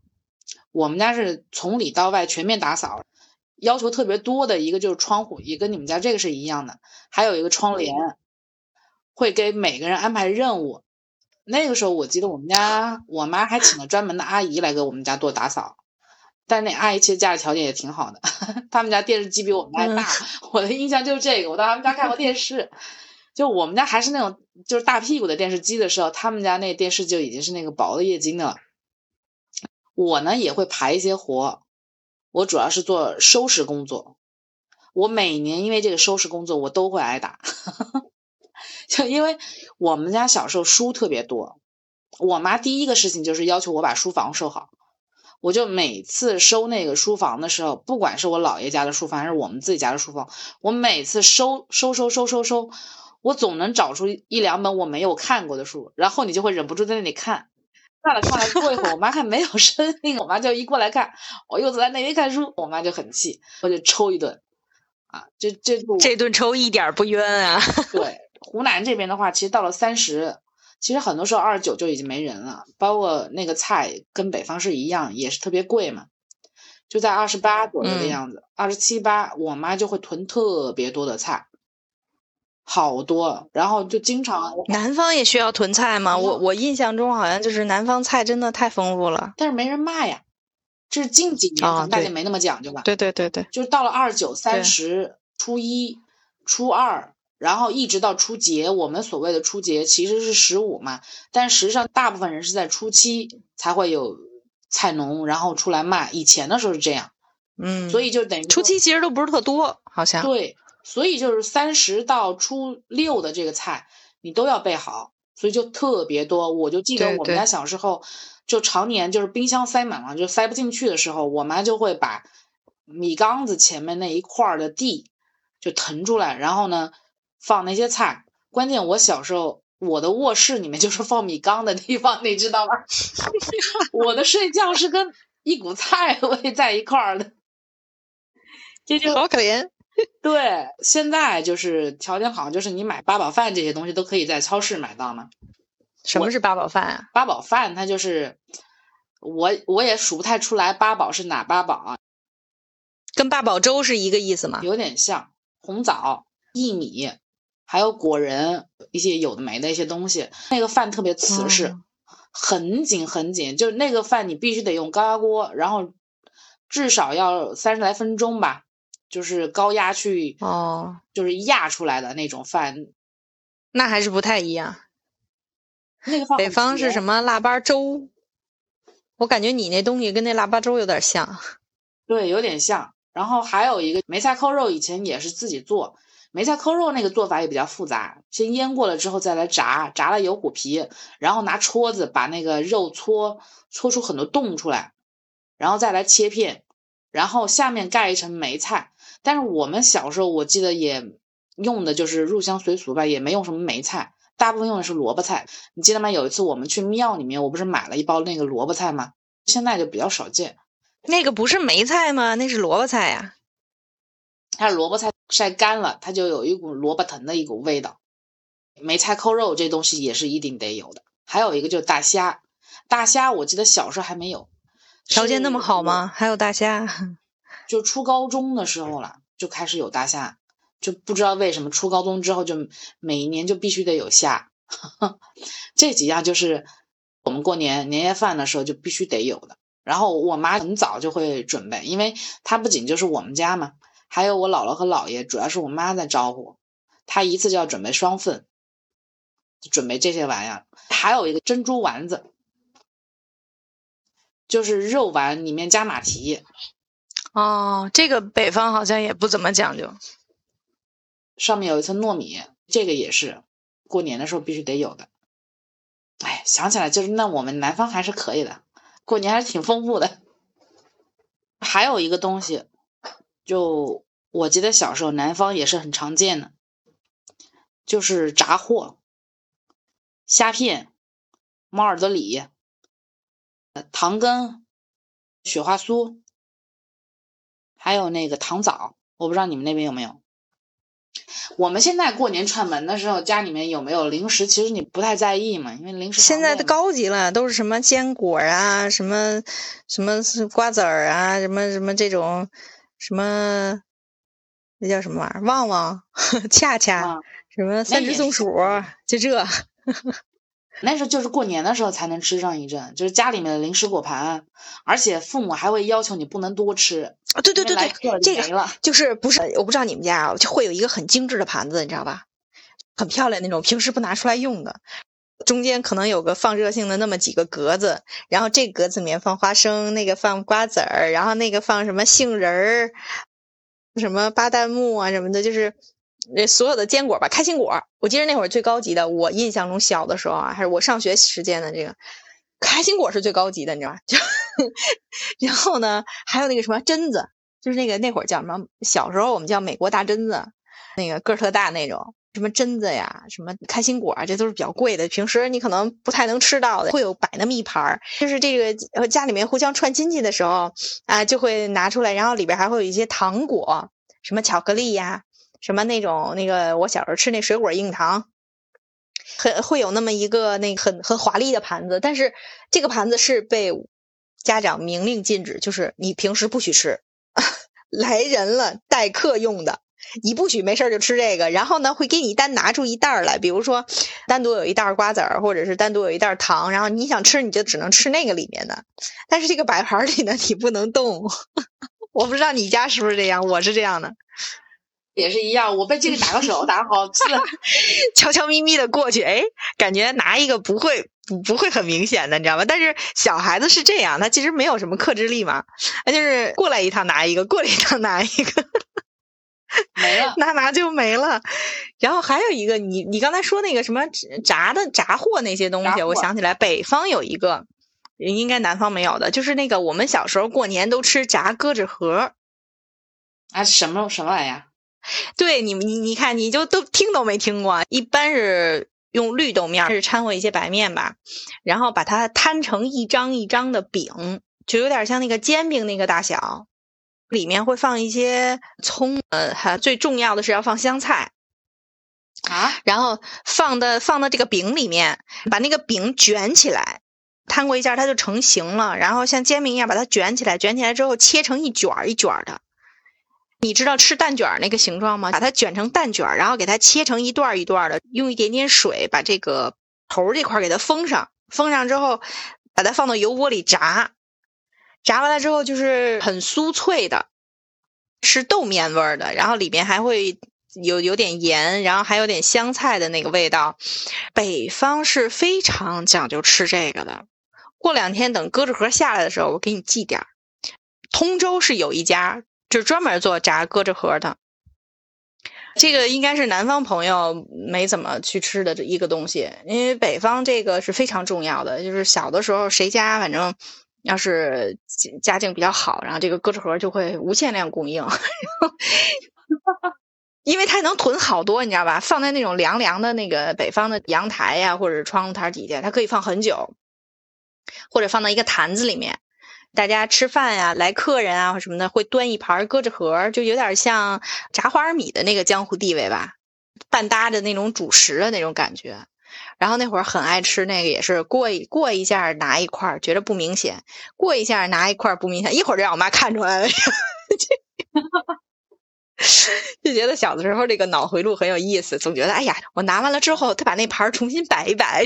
我们家是从里到外全面打扫，要求特别多的一个就是窗户，也跟你们家这个是一样的，还有一个窗帘，会给每个人安排任务。那个时候我记得我们家我妈还请了专门的阿姨来给我们家做打扫，但那阿姨其实家里条件也挺好的，他们家电视机比我们家还大，嗯、我的印象就是这个，我到他们家看过电视，就我们家还是那种就是大屁股的电视机的时候，他们家那电视就已经是那个薄的液晶的了。我呢也会排一些活，我主要是做收拾工作，我每年因为这个收拾工作我都会挨打。就因为我们家小时候书特别多，我妈第一个事情就是要求我把书房收好，我就每次收那个书房的时候，不管是我姥爷家的书房还是我们自己家的书房，我每次收收收收收收，我总能找出一两本我没有看过的书，然后你就会忍不住在那里看，看了看了，过一会儿我妈看没有声音，我妈就一过来看，我又在那边看书，我妈就很气，我就抽一顿啊，这这这顿抽一点不冤啊。 对，湖南这边的话，其实到了三十，其实很多时候二十九就已经没人了，包括那个菜跟北方是一样，也是特别贵嘛，就在二十八左右的样子，二十七八，我妈就会囤特别多的菜，好多，然后就经常。 南方也需要囤菜吗？我我印象中好像就是南方菜真的太丰富了， 但是没人卖呀。这是近几年可能大家没那么讲究了， 对对对对， 就是到了二十九、三十、初一、初二，然后一直到初节，我们所谓的初节其实是十五嘛，但实际上大部分人是在初七才会有菜农，然后出来卖。以前的时候是这样， 嗯， 所以就等于初七其实都不是特多，好像对，所以就是三十到初六的这个菜你都要备好，所以就特别多。我就记得我们家小时候。就常年就是冰箱塞满了，就塞不进去的时候，我妈就会把米缸子前面那一块的地就腾出来，然后呢放那些菜。关键我小时候我的卧室里面就是放米缸的地方，你知道吗？我的睡觉是跟一股菜味在一块儿的，这就好可怜。 对，现在就是条件好，就是你买八宝饭这些东西都可以在超市买到嘛。 什么是八宝饭啊？ 八宝饭它就是我我也数不太出来八宝是哪八宝啊， 跟八宝粥是一个意思吗？ 有点像，红枣、薏米还有果仁，一些有的没的一些东西。那个饭特别瓷实，哦、很紧很紧，就是那个饭你必须得用高压锅，然后至少要三十来分钟吧，就是高压去哦， 就是压出来的那种饭。 那还是不太一样。 那个饭北方是什么腊八粥？我感觉你那东西跟那腊八粥有点像。 对，有点像。然后还有一个梅菜扣肉，以前也是自己做。梅菜扣肉那个做法也比较复杂，先腌过了之后再来炸，炸了有虎皮，然后拿戳子把那个肉搓搓出很多洞出来，然后再来切片，然后下面盖一层梅菜。但是我们小时候我记得也用的就是入乡随俗吧，也没用什么梅菜。大部分用的是萝卜菜，你记得吗？有一次我们去庙里面，我不是买了一包那个萝卜菜吗？现在就比较少见。 那个不是梅菜吗？那是萝卜菜呀、啊。 它萝卜菜晒干了，它就有一股萝卜藤的一股味道。梅菜扣肉这东西也是一定得有的。还有一个就是大虾，大虾我记得小时候还没有。 条件那么好吗？还有大虾？ 就初高中的时候了，就开始有大虾。就不知道为什么初高中之后就每一年就必须得有虾，这几样就是我们过年年夜饭的时候就必须得有的。然后我妈很早就会准备，因为她不仅就是我们家嘛，还有我姥姥和姥爷，主要是我妈在招呼，她一次就要准备双份，准备这些玩意儿。还有一个珍珠丸子，就是肉丸里面加马蹄。 哦，这个北方好像也不怎么讲究。 上面有一层糯米，这个也是过年的时候必须得有的。哎，想起来就是那我们南方还是可以的，过年还是挺丰富的。还有一个东西，就我记得小时候南方也是很常见的，就是炸货，虾片、猫耳朵里、糖羹、雪花酥，还有那个糖枣，我不知道你们那边有没有。 我们现在过年串门的时候，家里面有没有零食，其实你不太在意嘛，因为零食现在的高级了，都是什么坚果啊，什么什么瓜子儿啊，什么什么这种什么那叫什么玩意儿？旺旺、恰恰、 啊、 什么三只松鼠，就这。 那时候就是过年的时候才能吃上一阵，就是家里面的零食果盘，而且父母还会要求你不能多吃啊。对对对对，这个就是不是我不知道你们家就会有一个很精致的盘子，你知道吧？很漂亮那种，平时不拿出来用的，中间可能有个放热性的那么几个格子，然后这格子里面放花生，那个放瓜子儿，然后那个放什么杏仁儿，什么巴旦木啊什么的，就是所有的坚果吧，开心果。我记得那会儿最高级的，我印象中小的时候啊，还是我上学时间的这个开心果是最高级的，你知道吧？就然后呢，还有那个什么榛子，就是那个那会儿叫什么？小时候我们叫美国大榛子，那个个儿特大那种。什么榛子呀，什么开心果啊，这都是比较贵的，平时你可能不太能吃到的，会有摆那么一盘，就是这个家里面互相串亲戚的时候啊，就会拿出来，然后里边还会有一些糖果，什么巧克力呀，什么那种那个我小时候吃那水果硬糖，很会有那么一个那个很很华丽的盘子，但是这个盘子是被家长明令禁止，就是你平时不许吃，来人了待客用的。你不许没事就吃这个，然后呢会给你单拿出一袋来，比如说单独有一袋瓜子儿，或者是单独有一袋糖，然后你想吃你就只能吃那个里面的，但是这个摆盘里呢你不能动。我不知道你家是不是这样，我是这样的， 也是一样。我被这个打个手，打好吃了， 悄悄咪咪的过去，哎，感觉拿一个不会不会很明显的，你知道吗？但是小孩子是这样，他其实没有什么克制力嘛，他就是过来一趟拿一个，过来一趟拿一个。 没了， 拿拿就没了。然后还有一个，你你刚才说那个什么炸的炸货那些东西，我想起来，北方有一个，应该南方没有的，就是那个我们小时候过年都吃炸鸽子盒。 啊，什么什么玩意儿？ 对你你你看，你就都听都没听过，一般是用绿豆面，是掺和一些白面吧，然后把它摊成一张一张的饼，就有点像那个煎饼那个大小。里面会放一些葱，呃，还最重要的是要放香菜啊， 然后放的放到这个饼里面，把那个饼卷起来，摊过一下它就成型了，然后像煎饼一样把它卷起来，卷起来之后切成一卷一卷的。你知道吃蛋卷那个形状吗？把它卷成蛋卷，然后给它切成一段一段的，用一点点水把这个头这块给它封上，封上之后把它放到油锅里炸。炸完了之后就是很酥脆的，是豆面味儿的，然后里面还会有有点盐，然后还有点香菜的那个味道。北方是非常讲究吃这个的。过两天等鸽子盒下来的时候，我给你寄点儿。通州是有一家就专门做炸鸽子盒的，这个应该是南方朋友没怎么去吃的这一个东西，因为北方这个是非常重要的，就是小的时候谁家反正要是家境比较好，然后这个鸽子盒就会无限量供应，因为它能囤好多，你知道吧？放在那种凉凉的那个北方的阳台呀，或者是窗户台底下，它可以放很久，或者放到一个坛子里面。大家吃饭呀，来客人啊或什么的，会端一盘鸽子盒，就有点像炸花生米的那个江湖地位吧，半搭着那种主食的那种感觉。然后那会儿很爱吃那个，也是过一过一下拿一块，觉得不明显；过一下拿一块不明显，一会儿就让我妈看出来了。就觉得小的时候这个脑回路很有意思，总觉得哎呀，我拿完了之后，他把那盘重新摆一摆，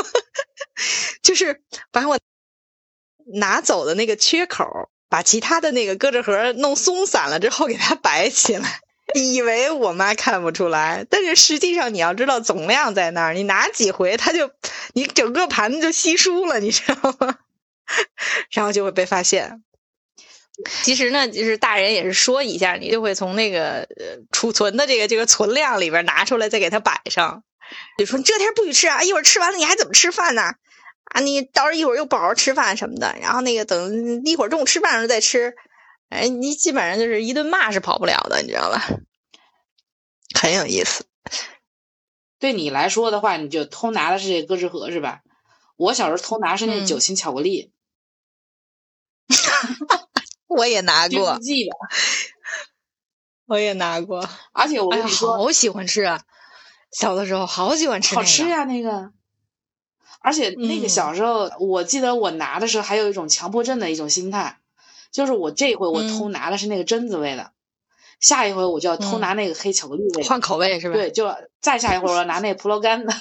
就是把我拿走的那个缺口，把其他的那个鸽子盒弄松散了之后，给它摆起来。以为我妈看不出来，但是实际上你要知道总量在那儿，你拿几回它就你整个盘子就稀疏了，你知道吗？然后就会被发现。其实呢，就是大人也是说一下，你就会从那个呃储存的这个这个存量里边拿出来，再给它摆上。就说你这天不许吃啊，一会儿吃完了你还怎么吃饭呢？啊，你到时候一会儿又不好好吃饭什么的，然后那个等一会儿中午吃饭的时候再吃。哎，你基本上就是一顿骂是跑不了的，你知道吧？很有意思。 对你来说的话，你就偷拿的是这鸽子盒是吧？我小时候偷拿是那酒心巧克力。 嗯、我也拿过。 记得。 我也拿过。 而且我哎呀， 跟你说， 好喜欢吃啊！小的时候好喜欢吃、那个， 好吃呀那个。而且那个小时候，嗯、我记得我拿的时候还有一种强迫症的一种心态，就是我这一回我偷拿的是那个榛子味的，嗯、下一回我就要偷拿那个黑巧克力味的， 换口味是吧？ 对，就再下一回我要拿那个葡萄干的。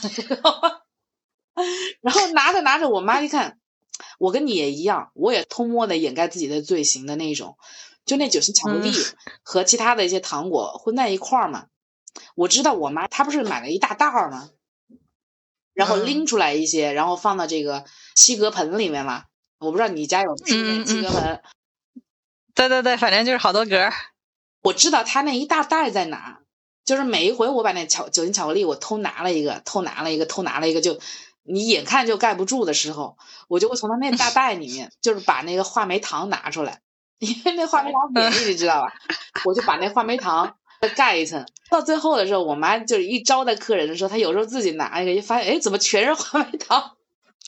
然后拿着拿着，我妈一看，我跟你也一样，我也偷摸的掩盖自己的罪行的那种，就那酒心巧克力和其他的一些糖果混在一块儿嘛。我知道我妈她不是买了一大袋儿吗？然后拎出来一些，嗯、然后放到这个七格盆里面嘛。我不知道你家有不是那七格盆、嗯嗯？对对对，反正就是好多格。 我知道他那一大袋在哪，就是每一回我把那巧酒心巧克力我偷拿了一个，偷拿了一个，偷拿了一个，就你眼看就盖不住的时候，我就会从他那大袋里面，就是把那个话梅糖拿出来，因为那话梅糖便宜，你知道吧？我就把那话梅糖盖一层。到最后的时候，我妈就是一招待客人的时候，她有时候自己拿一个，一发现，哎，怎么全是话梅糖？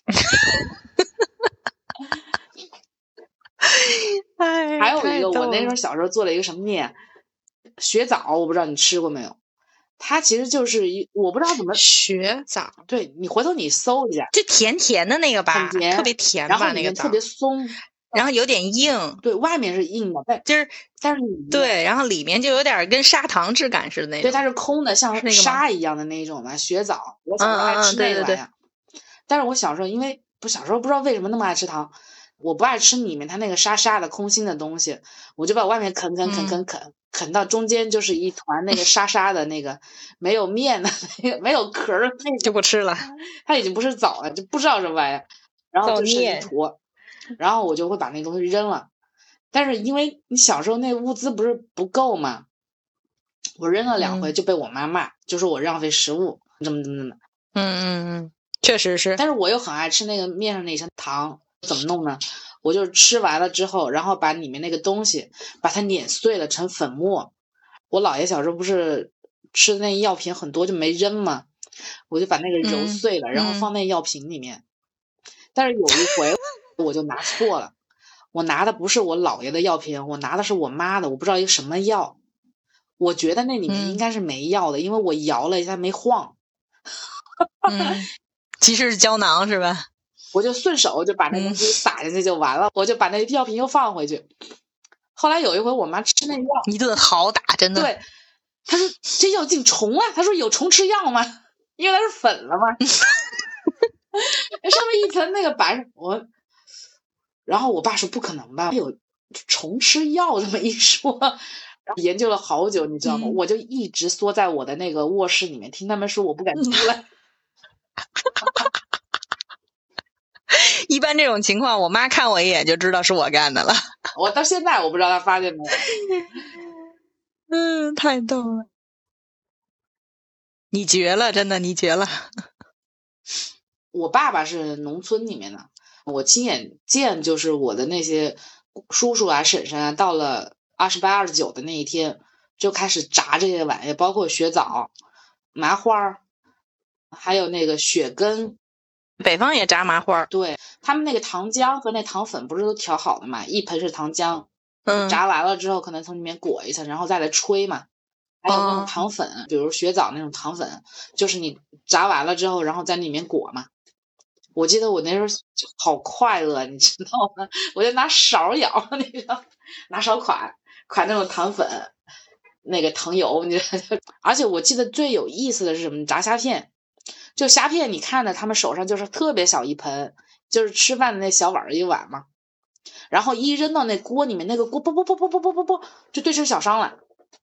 哎， 还有一个，我那时候小时候做了一个什么面，雪枣，我不知道你吃过没有。它其实就是一，我不知道怎么雪枣， 对你回头你搜一下， 就甜甜的那个吧， 很甜， 特别甜吧， 然后里面特别松， 然后有点硬， 对，外面是硬的，但就是但是对，然后里面就有点跟砂糖质感似的那种， 对，它是空的，像沙一样的那种嘛，雪枣，我小时候爱吃那个玩意儿。但是我小时候因为不小时候不知道为什么那么爱吃糖，我不爱吃里面它那个沙沙的空心的东西，我就把外面啃啃啃啃啃、嗯、啃到中间就是一团那个沙沙的那个没有面的那个没有壳的那个， 就不吃了。 它已经不是枣了，就不知道什么玩意儿，然后就剩一坨，然后我就会把那东西扔了。但是因为你小时候那物资不是不够嘛，我扔了两回就被我妈骂，嗯、就说我浪费食物，怎么怎么怎么。 嗯嗯嗯，确实是。 但是我又很爱吃那个面上那一层糖，怎么弄呢？我就吃完了之后，然后把里面那个东西把它碾碎了成粉末。我姥爷小时候不是吃的那药品很多就没扔嘛，我就把那个揉碎了，嗯、然后放那药瓶里面。嗯、但是有一回我就拿错了，我拿的不是我姥爷的药瓶，我拿的是我妈的，我不知道一个什么药。我觉得那里面应该是没药的，嗯、因为我摇了一下没晃。 嗯，其实是胶囊是吧？ 我就顺手就把那东西撒进去就完了，嗯、我就把那药瓶又放回去。后来有一回我妈吃那药， 一顿好打，真的。 对，她说这药进虫了，她说有虫吃药吗？因为它是粉了嘛，上面一层那个白，我，然后我爸说不可能吧，有虫吃药这么一说。研究了好久，你知道吗？嗯、我就一直缩在我的那个卧室里面，听他们说，我不敢出来。 一般这种情况，我妈看我一眼就知道是我干的了。 我到现在我不知道她发现没有。 嗯，太逗了，你绝了，真的，你绝了。 我爸爸是农村里面的，我亲眼见，就是我的那些叔叔啊、婶婶啊，到了二十八、二十九的那一天，就开始炸这些玩意，包括雪枣、麻花，还有那个雪根。 北方也炸麻花， 对，他们那个糖浆和那糖粉不是都调好的嘛？一盆是糖浆， 嗯， 炸完了之后可能从里面裹一层，然后再来吹嘛。还有那种糖粉，哦、比如雪枣那种糖粉，就是你炸完了之后，然后在里面裹嘛。我记得我那时候好快乐，你知道吗？我就拿勺舀那个，拿勺蒯蒯那种糖粉，那个糖油，你知道。而且我记得最有意思的是什么？炸虾片。就虾片，你看着他们手上就是特别小一盆，就是吃饭的那小碗一碗嘛，然后一扔到那锅里面，那个锅啵啵啵啵啵啵啵啵就对身小伤了。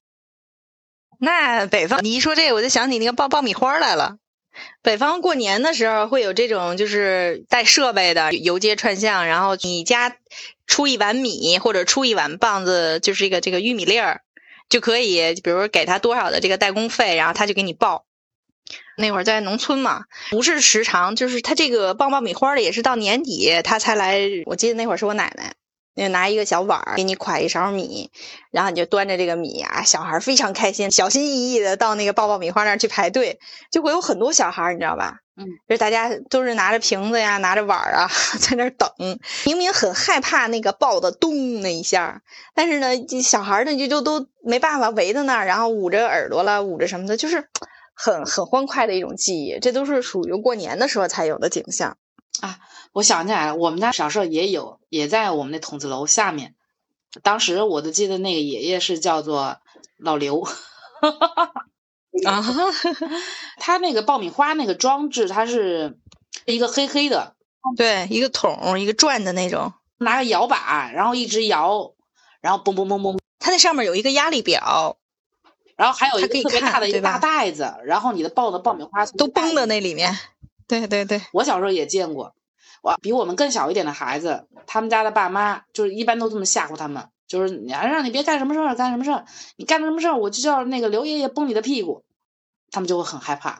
那北方，你一说这个，我就想起那个爆爆米花来了。北方过年的时候会有这种就是带设备的游街串巷，然后你家出一碗米或者出一碗棒子，就是一个这个玉米粒儿，就可以比如给他多少的这个代工费，然后他就给你报。那会儿在农村嘛，不是时常，就是他这个棒爆米花的也是到年底他才来。我记得那会儿是我奶奶，那拿一个小碗给你㧟一勺米，然后你就端着这个米啊，小孩非常开心，小心翼翼的到那个爆爆米花那儿去排队，就会有很多小孩，你知道吧？ 嗯， 就是大家都是拿着瓶子呀，拿着碗啊，在那儿等。明明很害怕那个爆的咚那一下，但是呢，小孩呢就就都没办法围在那儿，然后捂着耳朵了，捂着什么的，就是很很欢快的一种记忆。这都是属于过年的时候才有的景象啊。我想起来了，我们家小时候也有，也在我们那筒子楼下面。当时我都记得那个爷爷是叫做老刘。 啊， 他那个爆米花那个装置，它是一个黑黑的， 对，一个桶，一个转的那种， 拿个摇把，然后一直摇，然后嘣嘣嘣嘣， 它那上面有一个压力表， 然后还有一个特别大的一个大袋子，然后你的爆的爆米花都崩在那里面。对对对， 我小时候也见过。哇，比我们更小一点的孩子，他们家的爸妈就是一般都这么吓唬他们，就是你让你别干什么事儿，干什么事儿，你干什么事儿，我就叫那个刘爷爷崩你的屁股，他们就会很害怕。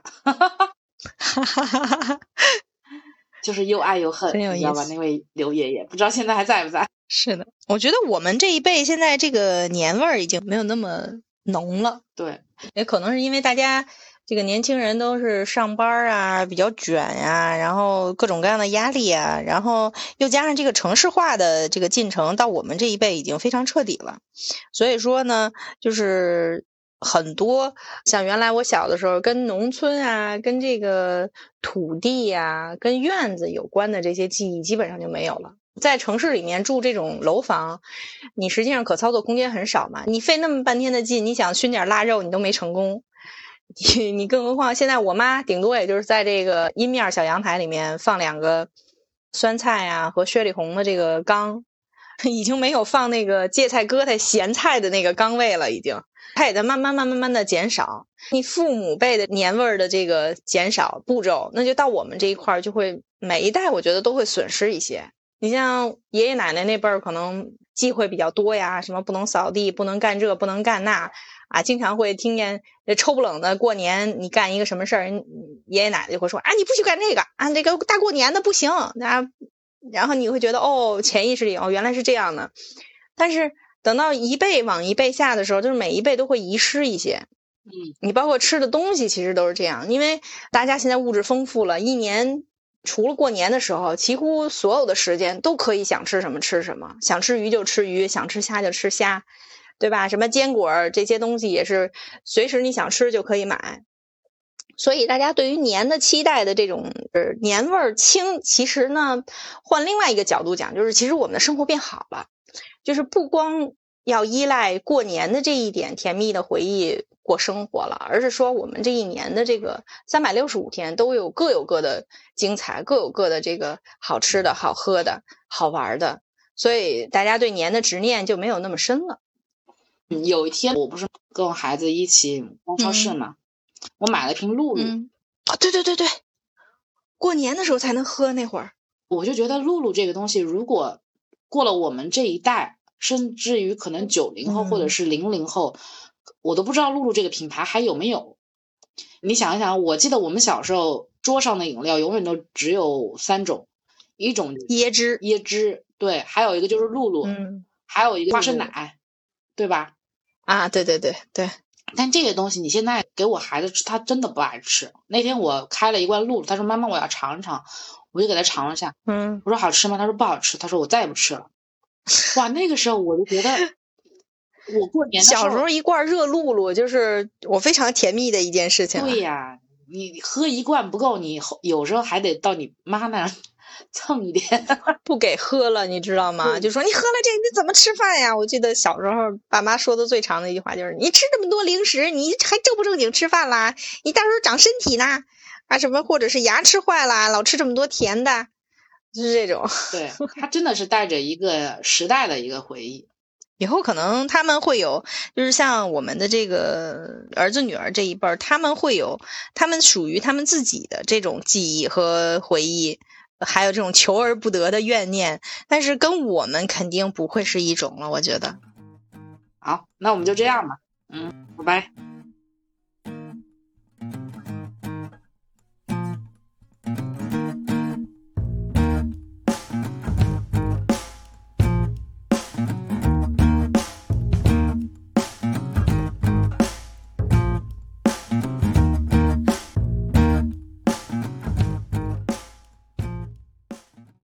就是又爱又恨，你知道吧？那位刘爷爷不知道现在还在不在？ 是的，我觉得我们这一辈现在这个年味儿已经没有那么浓了。 对， 也可能是因为大家这个年轻人都是上班啊，比较卷呀、啊，然后各种各样的压力啊，然后又加上这个城市化的这个进程，到我们这一辈已经非常彻底了。所以说呢，就是很多像原来我小的时候跟农村啊，跟这个土地啊，跟院子有关的这些记忆基本上就没有了。在城市里面住这种楼房，你实际上可操作空间很少嘛，你费那么半天的劲，你想熏点腊肉你都没成功。你你更何况现在我妈顶多也就是在这个阴面小阳台里面放两个酸菜啊和雪里红的这个缸，已经没有放那个芥菜疙瘩咸菜的那个缸位了，已经它也在慢慢慢慢慢的减少。你父母辈的年味的这个减少步骤，那就到我们这一块就会每一代我觉得都会损失一些。你像爷爷奶奶那辈儿可能忌讳比较多呀，什么不能扫地，不能干这，不能干那啊，经常会听见抽不冷的过年你干一个什么事儿，爷爷奶奶就会说啊，你不许干这个啊，这个大过年的不行啊。然后你会觉得哦，潜意识里哦原来是这样的。但是等到一辈往一辈下的时候，就是每一辈都会遗失一些。 嗯， 你包括吃的东西其实都是这样，因为大家现在物质丰富了，一年除了过年的时候，几乎所有的时间都可以想吃什么吃什么，想吃鱼就吃鱼，想吃虾就吃虾，对吧？什么坚果这些东西也是随时你想吃就可以买。所以大家对于年的期待的这种呃年味儿轻，其实呢换另外一个角度讲，就是其实我们的生活变好了，就是不光要依赖过年的这一点甜蜜的回忆过生活了，而是说我们这一年的这个三百六十五天都有各有各的精彩，各有各的这个好吃的好喝的好玩的，所以大家对年的执念就没有那么深了。 嗯，有一天我不是跟我孩子一起逛超市嘛、嗯、我买了瓶露露、 嗯、哦，对对对对，过年的时候才能喝那会儿。 我就觉得露露这个东西如果过了我们这一代，甚至于可能九零后或者是零零后、嗯、我都不知道露露这个品牌还有没有。你想一想，我记得我们小时候桌上的饮料永远都只有三种，一种椰汁椰汁，对，还有一个就是露露、嗯、还有一个花生奶，对吧？ 啊，对对对对。 但这些东西你现在给我孩子吃，他真的不爱吃。那天我开了一罐露露，他说妈妈我要尝一尝，我就给他尝了一下， 嗯， 我说好吃吗？他说不好吃，他说我再也不吃了。哇，那个时候我就觉得我过年的时候小时候一罐热露露就是我非常甜蜜的一件事情。 对呀，你喝一罐不够，你有时候还得到你妈那蹭一点， 不给喝了，你知道吗？就说你喝了这个你怎么吃饭呀？我记得小时候爸妈说的最长的一句话就是你吃这么多零食，你还正不正经吃饭啦？你到时候长身体呢啊什么，或者是牙吃坏了，老吃这么多甜的，就是这种。 对，他真的是带着一个时代的一个回忆。 以后可能他们会有，就是像我们的这个儿子女儿这一辈，他们会有他们属于他们自己的这种记忆和回忆，还有这种求而不得的怨念，但是跟我们肯定不会是一种了，我觉得。 好，那我们就这样吧，嗯，拜拜。